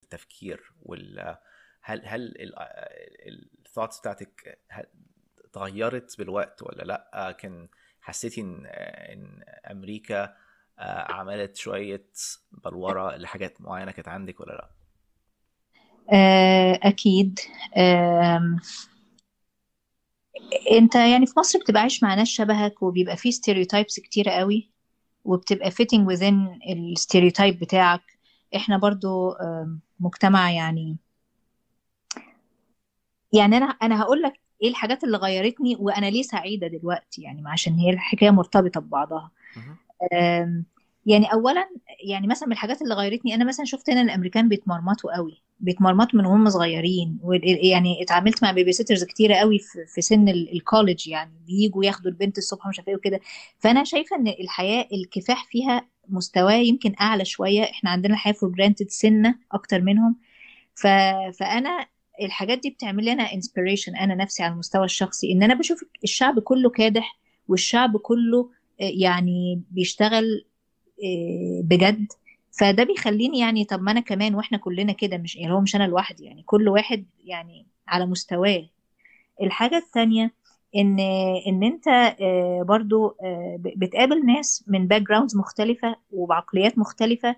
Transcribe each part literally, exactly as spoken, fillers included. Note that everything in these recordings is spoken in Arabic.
التفكير وال هل هل الثوتس بتاعتك اتغيرت بالوقت ولا لا؟ كان حسيتي ان ان امريكا عملت شويه بلوره لحاجات معينه كانت عندك ولا لا؟ اكيد. آم، انت يعني في مصر بتبقى عايش مع ناس شبهك، وبيبقى فيه ستيريوتايبس كتيرة قوي، وبتبقى fitting within الستيريوتايب بتاعك. احنا برضو آم، مجتمع يعني. يعني انا انا هقول لك ايه الحاجات اللي غيرتني وانا ليه سعيدة دلوقتي، يعني عشان هي الحكاية مرتبطة ببعضها. مهم. آم، يعني اولا، يعني مثلا من الحاجات اللي غيرتني، انا مثلا شفت هنا الامريكان بيتمرمطوا قوي، بيتمرمطوا من هم صغيرين. وال- يعني اتعاملت مع بيبي سيترز كتيره قوي في في سن ال- الكوليدج، يعني بييجوا ياخدوا البنت الصبح مش عارفه ايه وكده. فانا شايفه ان الحياه الكفاح فيها مستواه يمكن اعلى شويه، احنا عندنا الحياه فور جرانتد سنه اكتر منهم. ف... فانا الحاجات دي بتعمل لي انا انسبيريشن، انا نفسي على المستوى الشخصي، ان انا بشوف الشعب كله كادح، والشعب كله آه، يعني بيشتغل آه، بجد. فده بيخليني يعني طب ما انا كمان، واحنا كلنا كده، مش يعني هو مش انا لوحدي، يعني كل واحد يعني على مستواه. الحاجة التانية ان ان انت آه، برضو آه، ب- بتقابل ناس من باك جراوندز مختلفة وبعقليات مختلفة.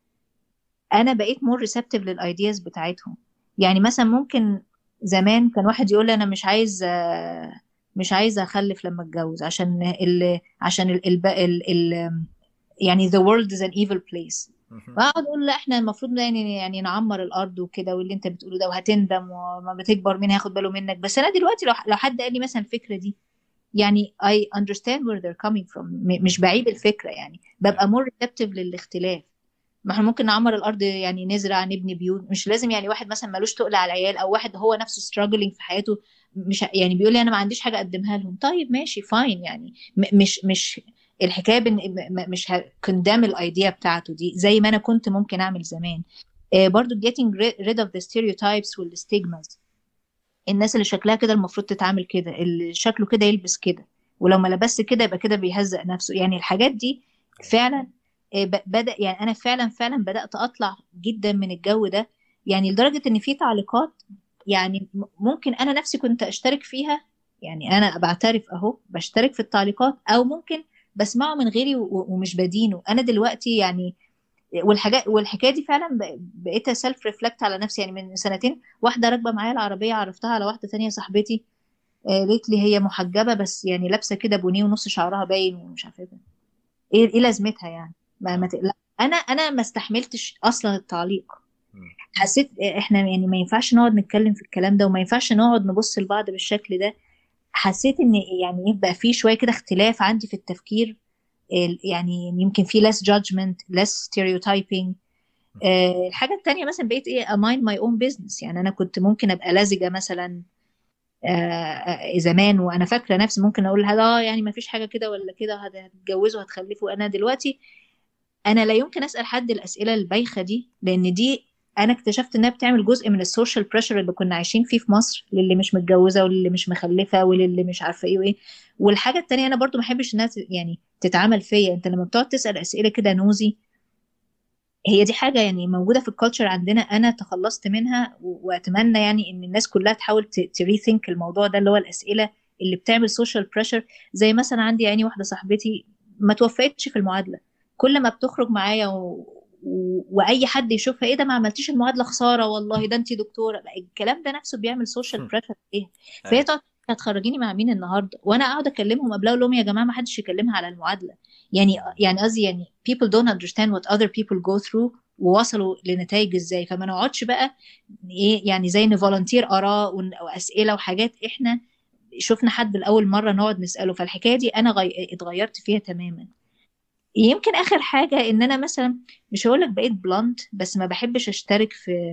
انا بقيت مور ريسبتيف للايدياز بتاعتهم. يعني مثلا ممكن زمان كان واحد يقول لي انا مش عايز آه، مش عايز اخلف لما اتجوز، عشان ال عشان ال ال ال ال يعني the world is an evil place. مهم. واقعد اقول لا، احنا المفروض يعني يعني نعمر الارض وكده، واللي انت بتقوله ده وهتندم، وما بتكبر مين هياخد باله منك. بس انا دلوقتي لو لو حد قال لي مثلا الفكره دي، يعني I understand where they're coming from. م- مش مهم. بعيب الفكره، يعني أيوة. ببقى more receptive للاختلاف. ما احنا ممكن نعمر الارض، يعني نزرع نبني بيوت، مش لازم يعني واحد مثلا ملوش تقل على العيال، او واحد هو نفسه struggling في حياته، مش ه- يعني بيقول لي انا ما عنديش حاجه اقدمها لهم. طيب ماشي فاين يعني. م- مش مش الحكايه بن م- م- مش هكندم الايديا بتاعته دي زي ما انا كنت ممكن اعمل زمان. آه، برضو getting rid of the stereotypes والstigmas. الناس اللي شكلها كده المفروض تتعامل كده، اللي شكله كده يلبس كده، ولو ما لبس كده يبقى كده بيهزق نفسه. يعني الحاجات دي فعلا آه، ب- بدأ يعني أنا فعلا فعلا بدأت أطلع جدا من الجو ده. يعني لدرجة إن في تعليقات، يعني م- ممكن أنا نفسي كنت أشترك فيها. يعني أنا بعترف أهو بشترك في التعليقات، أو ممكن بسمعه من غيري و- و- ومش بدينه أنا دلوقتي يعني. والحاجات والحكايه دي فعلا ب- بقيت سيلف ريفلكت على نفسي. يعني من سنتين واحده راكبه معايا العربيه عرفتها على واحده تانية صاحبتي، آه، قالت لي هي محجبه بس يعني لابسه كده بونيه ونص شعرها باين ومش عارفه ايه. ايه إيه لازمتها يعني؟ ما ما اه. تقلق. انا انا ما استحملتش اصلا التعليق. مم. حسيت آه، احنا يعني ما ينفعش نقعد نتكلم في الكلام ده، وما ينفعش نقعد نبص لبعض بالشكل ده. حسيت ان يعني يبقى في شويه كده اختلاف عندي في التفكير. ال- يعني يمكن في less judgment less stereotyping. مهم. آه، الحاجة التانية مثلا بقيت ايه a mind my own business. يعني انا كنت ممكن ابقى لزجة مثلا آه، آه، زمان، وانا فاكرة نفسي ممكن اقول هذا اه يعني ما فيش حاجة كده ولا كده، هت- هتتجوزوا هتخلفوا. انا دلوقتي انا لا يمكن اسأل حد الاسئلة البايخة دي، لان دي انا اكتشفت انها بتعمل جزء من السوشيال بريشر اللي كنا عايشين فيه في مصر، للي مش متجوزة وللي مش مخلفة وللي مش عارفة ايه وايه. والحاجة التانية انا برضو ما احبش انها ت- يعني تتعمل فيا. انت لما بتقعد تسأل اسئلة كده نوزي، هي دي حاجة يعني موجودة في الكالتشر عندنا، أنا تخلصت منها. و- وأتمنى يعني إن الناس كلها تحاول تريثينك الموضوع ده، اللي هو الأسئلة اللي بتعمل سوشيال بريشر. زي مثلا عندي يعني واحدة صاحبتي ما توفقتش في المعادلة. كل ما بتخرج معايا و... و... وأي حد يشوفها إيه ده ما عملتيش المعادلة، خسارة والله ده أنت دكتورة بقى. الكلام ده نفسه بيعمل سوشيال بريشر إيه. فهي ايوه. تقعد هتخرجيني مع مين النهارده، وانا اقعد اكلمهم قبلها اقول لهم يا جماعه ما حدش يكلمها على المعادله. يعني يعني قصدي يعني people don't understand what other people go through، ووصلوا لنتائج ازاي. فما نقعدش بقى ايه يعني زي نفولنتير اراء ون- واسئله وحاجات احنا شفنا حد لاول مره نقعد نساله. فالحكايه دي انا غي... اتغيرت فيها تماما. يمكن اخر حاجه ان انا مثلا مش هقول لك بقيت بلانت، بس ما بحبش اشترك في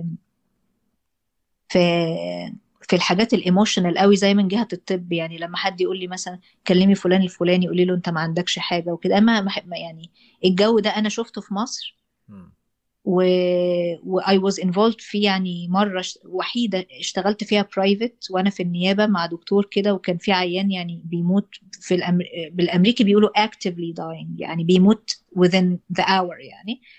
في في الحاجات الايموشنال قوي زي من جهه الطب. يعني لما حد يقول لي مثلا كلمي فلان الفلاني قولي له انت ما عندكش حاجه وكده، اما ما ما- يعني الجو ده انا شفته في مصر. مم. و و I was involved فيه. يعني مرة ش- وحيدة اشتغلت فيها برايفت وأنا في النيابة مع دكتور كده، وكان في عيان يعني بيموت في الأمر... بالأمريكي بيقولوا actively dying، يعني بيموت within the hour يعني. اه.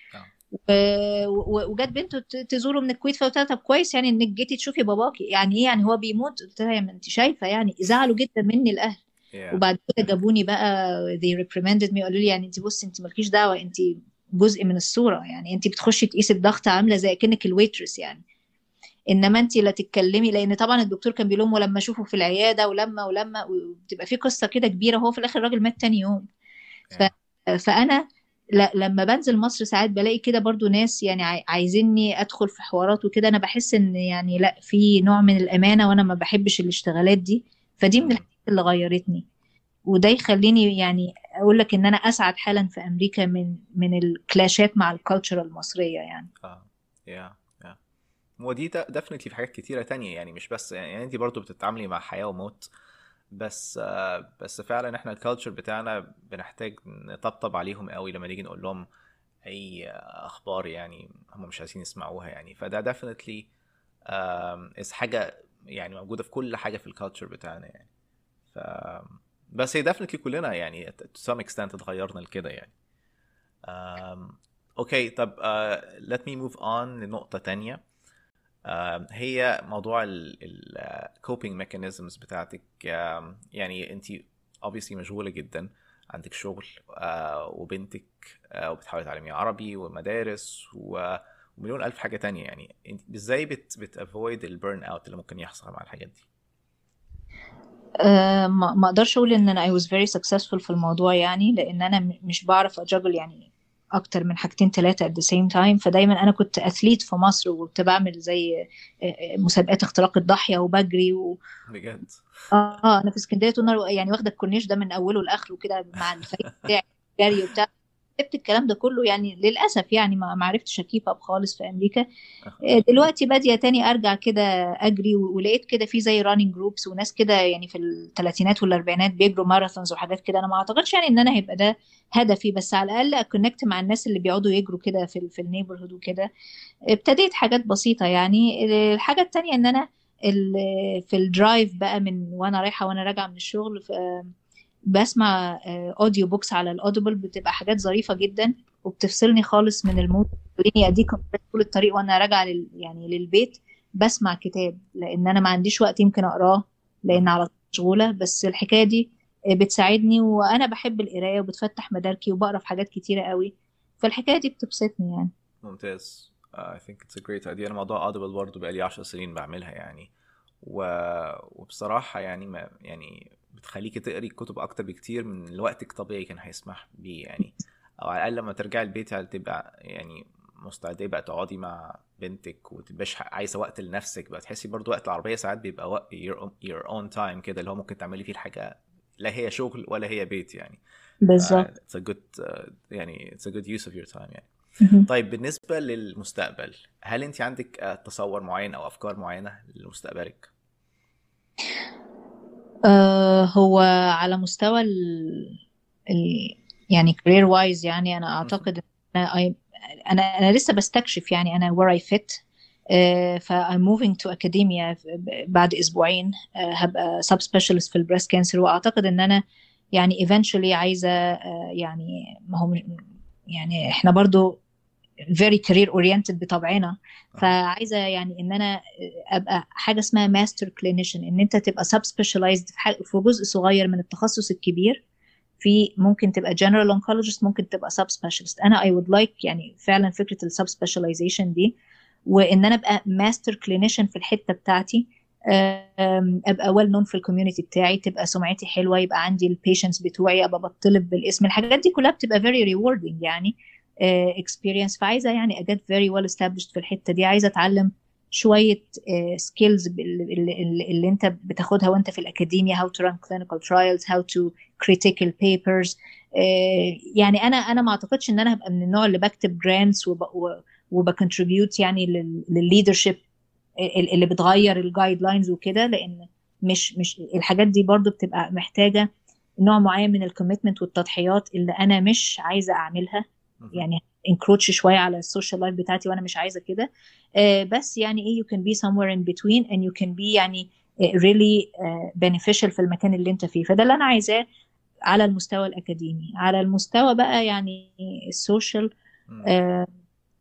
و- و- وجت بنته ت- تزوره من الكويت، فقلت لها طب كويس يعني انك جيتي تشوفي باباكي، يعني ايه يعني هو بيموت؟ قلت لها ما انت شايفه يعني زعلوا جدا مني الاهل. yeah. وبعد كده جابوني بقى they reprimanded me، قالوا لي يعني انت بصي انت مالكيش دعوه، انت جزء من الصوره، يعني انت بتخشي تقيسي الضغط عامله زي كأنك الويترس يعني، انما انت لا تتكلمي، لان طبعا الدكتور كان بيلوم ولما اشوفه في العياده ولما ولما وبتبقى في قصه كده كبيره، وهو في الاخر الراجل مات تاني يوم. ف... yeah. فانا ل... لما بنزل مصر ساعات بلاقي كده برضو ناس يعني عاي... عايزيني ادخل في حوارات وكده، انا بحس ان يعني لا، في نوع من الامانه، وانا ما بحبش الاشتغالات دي. فدي من مم. الحاجات اللي غيرتني، وده يخليني يعني اقول لك ان انا اسعد حالا في امريكا من من الكلاشات مع الكالتشر المصريه يعني. اه yeah. yeah. ودي ديفنتلي في حاجات كتيرة تانية يعني، مش بس يعني انت برضو بتتعاملي مع حياة وموت، بس آه، بس فعلا احنا الكالتشر بتاعنا بنحتاج نطبطب عليهم قوي لما نيجي نقول لهم اي اخبار يعني هم مش عايزين يسمعوها يعني. فده ديفنتلي از حاجة يعني موجودة في كل حاجة في الكالتشر بتاعنا يعني. ف بس هي ديفنتلي كلنا يعني to some extent اتغيرنا لكده يعني. um, اوكي طب uh, let me move on لنقطة تانية. آم، هي موضوع ال coping mechanisms بتاعتك. آم، يعني انت obviously مشغولة جدا، عندك شغل آه، وبنتك آه، وبتحاولي تعلمي عربي ومدارس و- ومليون ألف حاجة تانية يعني. انت ازاي بت بت avoid البيرن اوت اللي ممكن يحصل مع الحاجات دي؟ أه ما ما اقدرش اقول ان انا I was very successful في الموضوع يعني، لان انا م- مش بعرف اجuggle يعني اكتر من حاجتين ثلاثه at the same time. فدايما انا كنت اثليت في مصر، وكنت بعمل زي آه، آه، مسابقات اختراق الضاحيه وبجري و... بجد؟ اه انا في اسكندريه طول النهار يعني، واخده الكورنيش ده من اوله لاخره كده مع الفريق بتاعي، جري وبتاع. سبت الكلام ده كله يعني للاسف، يعني ما ما عرفتش اكيب اب خالص في امريكا. دلوقتي بادية تاني ارجع كده اجري، و- ولقيت كده في زي رانينج جروبس وناس كده يعني في الثلاثينات والاربعينات بيجروا ماراثونز وحاجات كده. انا ما اعتقدش يعني ان انا هيبقى ده هدفي، بس على الاقل اكونكت مع الناس اللي بيقعدوا يجروا كده في ال في النيبرهود وكده. ابتديت حاجات بسيطة يعني. الحاجة التانية ان انا ال- في الدرايف بقى من وانا رايحة وانا راجعة من الشغل، بسمع اوديو بوكس على الاوديبل، بتبقى حاجات ظريفة جدا وبتفصلني خالص من المود، خليني اديك طول الطريق وانا راجعة لل يعني للبيت بسمع كتاب، لان انا ما عنديش وقت يمكن اقراه لان مهم. على طول مشغولة. بس الحكاية دي آه، بتساعدني، وانا بحب القراية وبتفتح مداركي وبقرا في حاجات كتيرة قوي، فالحكاية دي بتبسطني يعني. ممتاز. uh, I think it's a great idea. انا موضوع audible برضه بقالي عشر سنين بعملها يعني. و... وبصراحة يعني ما يعني بتخليكي تقري كتب أكتر بكتير من اللي وقتك طبيعي كان هيسمح بيه يعني. أو على الأقل لما ترجعي البيت يعني تبقى يعني مستعدة بقى تقعدي مع بنتك وتبقاش عايزة وقت لنفسك بقى. تحسي برضو وقت العربية ساعات بيبقى وقت your own, your own time كده، اللي هو ممكن تعملي فيه الحاجة لا هي شغل ولا هي بيت يعني. ف بالظبط. it's a good uh, يعني it's a good use of your time يعني. مهم. طيب بالنسبة للمستقبل، هل انت عندك آه، تصور معين او افكار معينة لمستقبلك؟ آه هو على مستوى ال ال يعني career wise يعني انا مهم. اعتقد ان انا I- انا انا لسه بستكشف يعني انا where I fit. آه ف I'm moving to academia بعد اسبوعين. آه هبقى sub specialist في البريست كانسر، واعتقد ان انا يعني eventually عايزة آه يعني ما هو مش- يعني احنا برضو very career oriented بطبعنا. أها. فعايزه يعني ان انا ابقى حاجه اسمها ماستر كلينيشن، ان انت تبقى سب سبيشاليزد في, حاجة- في جزء صغير من التخصص الكبير. في ممكن تبقى جنرال oncologist، ممكن تبقى سب سبيشاليست. انا I would like يعني فعلا فكره السب سبيشاليزيشن دي، وان انا ابقى ماستر كلينيشن في الحته بتاعتي. أم، ابقى ويل نون في الكوميونتي بتاعي، تبقى سمعتي حلوه، يبقى عندي البيشنتس بتوعي، ابقى بطلب بالاسم. الحاجات دي كلها بتبقى very rewarding يعني اكسبيرينس. فعايزه يعني اجت very well established في الحته دي. عايزه اتعلم شويه سكيلز اللي, اللي انت بتاخدها وانت في الاكاديميا، how to run clinical trials, how to critical papers. آه، يعني انا انا ما اعتقدش ان انا هبقى من النوع اللي بكتب جرانتس وبكونتريبيوت يعني للليدرشيب اللي بتغير الجايد لاينز وكده، لان مش مش الحاجات دي برضو بتبقى محتاجه نوع معين من الكوميتمنت والتضحيات اللي انا مش عايزه اعملها. مهم. يعني انكروتش شويه على السوشيال لايف بتاعتي وانا مش عايزه كده. آه، بس يعني ايه you can be somewhere in between and you can be يعني آه، really آه، beneficial في المكان اللي انت فيه. فده اللي انا عايزاه على المستوى الاكاديمي. على المستوى بقى يعني السوشيال، مم.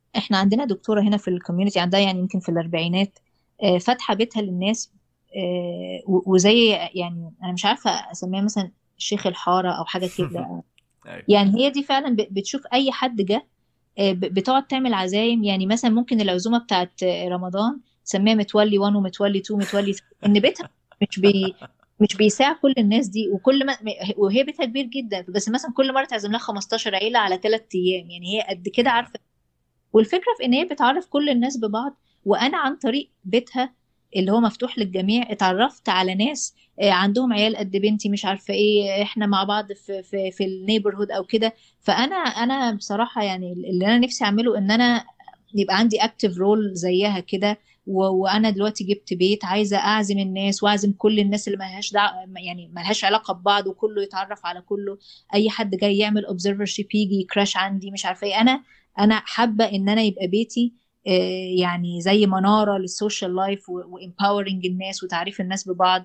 احنا عندنا دكتورة هنا في الكوميونتي، عندها يعني يمكن في الأربعينات، آه، فاتحة بيتها للناس. آه، و- وزي يعني أنا مش عارفة أسميها مثلا شيخ الحارة أو حاجة كده. أيوة. يعني هي دي فعلا ب- بتشوف أي حد جه، آه، ب- بتقعد تعمل عزايم. يعني مثلا ممكن العزومة بتاعت آه، رمضان تسميها متولي واحد ومتولي اتنين ومتولي تلاتة، إن بيتها مش بي مش بيساع كل الناس دي. وكل ما وهي بيتها كبير جدا، بس مثلا كل مرة تعزم لها خمستاشر عيلة على ثلاث أيام. يعني هي قد كده Yeah. عارفة. والفكرة في ان هي بتعرف كل الناس ببعض. وانا عن طريق بيتها اللي هو مفتوح للجميع اتعرفت على ناس آه، عندهم عيال قد بنتي، مش عارفة ايه، احنا مع بعض في في في النيبرهود او كده. فانا انا بصراحة يعني اللي انا نفسي اعمله ان انا يبقى عندي اكتيف رول زيها كده. و- وانا دلوقتي جبت بيت، عايزه اعزم الناس واعزم كل الناس اللي ملهاش دع... يعني ملهاش علاقه ببعض، وكله يتعرف على كله. اي حد جاي يعمل اوبزرفر شيب يجي كراش عندي، مش عارفه ايه. انا انا حابه ان انا يبقى بيتي آه، يعني زي مناره للسوشيال لايف، وامباورنج الناس وتعريف الناس ببعض.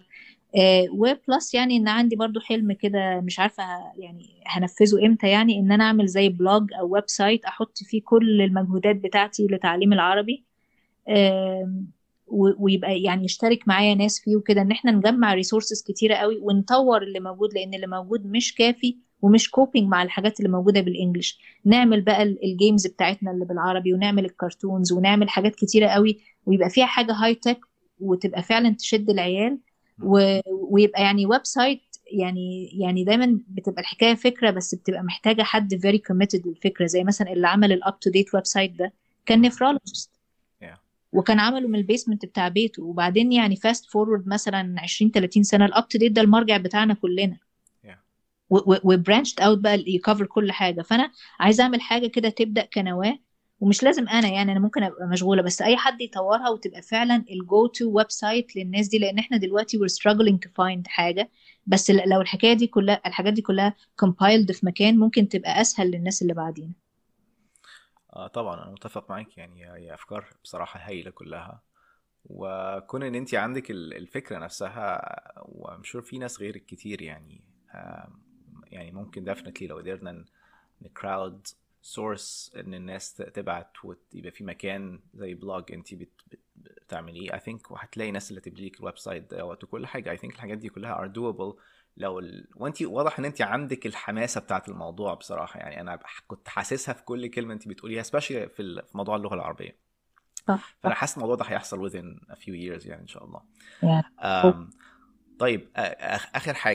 وبلس يعني ان عندي برضو حلم كده، مش عارفه ه- يعني هنفذه امتى. يعني ان انا اعمل زي بلوج او ويب سايت احط فيه كل المجهودات بتاعتي لتعليم العربي. آم، و- ويبقى يعني يشترك معايا ناس فيه وكده، ان احنا نجمع ريسورسز كتيره قوي ونطور اللي موجود، لان اللي موجود مش كافي ومش كوبينج مع الحاجات اللي موجوده بالانجلش. نعمل بقى ال- الجيمز بتاعتنا اللي بالعربي، ونعمل الكرتونز، ونعمل حاجات كتيره قوي، ويبقى فيها حاجه هاي تك، وتبقى فعلا تشد العيال. و... ويبقى يعني ويب سايت. يعني يعني دايما بتبقى الحكايه فكره، بس بتبقى محتاجه حد very committed للفكره. زي مثلا اللي عمل الاب تو ديت ويب سايت ده كان نفرولوجيست، Yeah. وكان عمله من البيسمنت بتاع بيته. وبعدين يعني فاست فورورد مثلا عشرين تلاتين سنه، الاب تو ديت ده المرجع بتاعنا كلنا. Yeah. وبرانشد اوت بقى يكفر كل حاجه. فانا عايزه اعمل حاجه كده تبدا كنواه، ومش لازم انا، يعني انا ممكن ابقى مشغوله، بس اي حد يطورها وتبقى فعلا الجو تو ويب سايت للناس دي. لان احنا دلوقتي we're struggling to find حاجه. بس ل- لو الحكايه دي كلها، الحاجات دي كلها compiled في مكان، ممكن تبقى اسهل للناس اللي بعدين. آه طبعا انا متفق معاك، يعني هي افكار بصراحه هايله كلها. وكون ان انت عندك ال- الفكره نفسها، ومشور في ناس غيرك كتير يعني. آم، يعني ممكن definitely لو قدرنا نكراود سورس ان الناس ت- تبعت ويبقى في مكان زي بلوج انت بت بت- بتعمليه I think، وهتلاقي ناس اللي تبني لك الويب سايت دوت وكل حاجه. I think الحاجات دي كلها are doable. لو ال... وانت واضح ان انت عندك الحماسه بتاعت الموضوع بصراحه، يعني انا بح- كنت حاسسها في كل كلمه انت بتقوليها especially في ال- في موضوع اللغه العربيه. صح فانا صح. حاسس الموضوع ده هيحصل within a few years يعني ان شاء الله. يعني أم... طيب، آ- آخ- اخر حاجه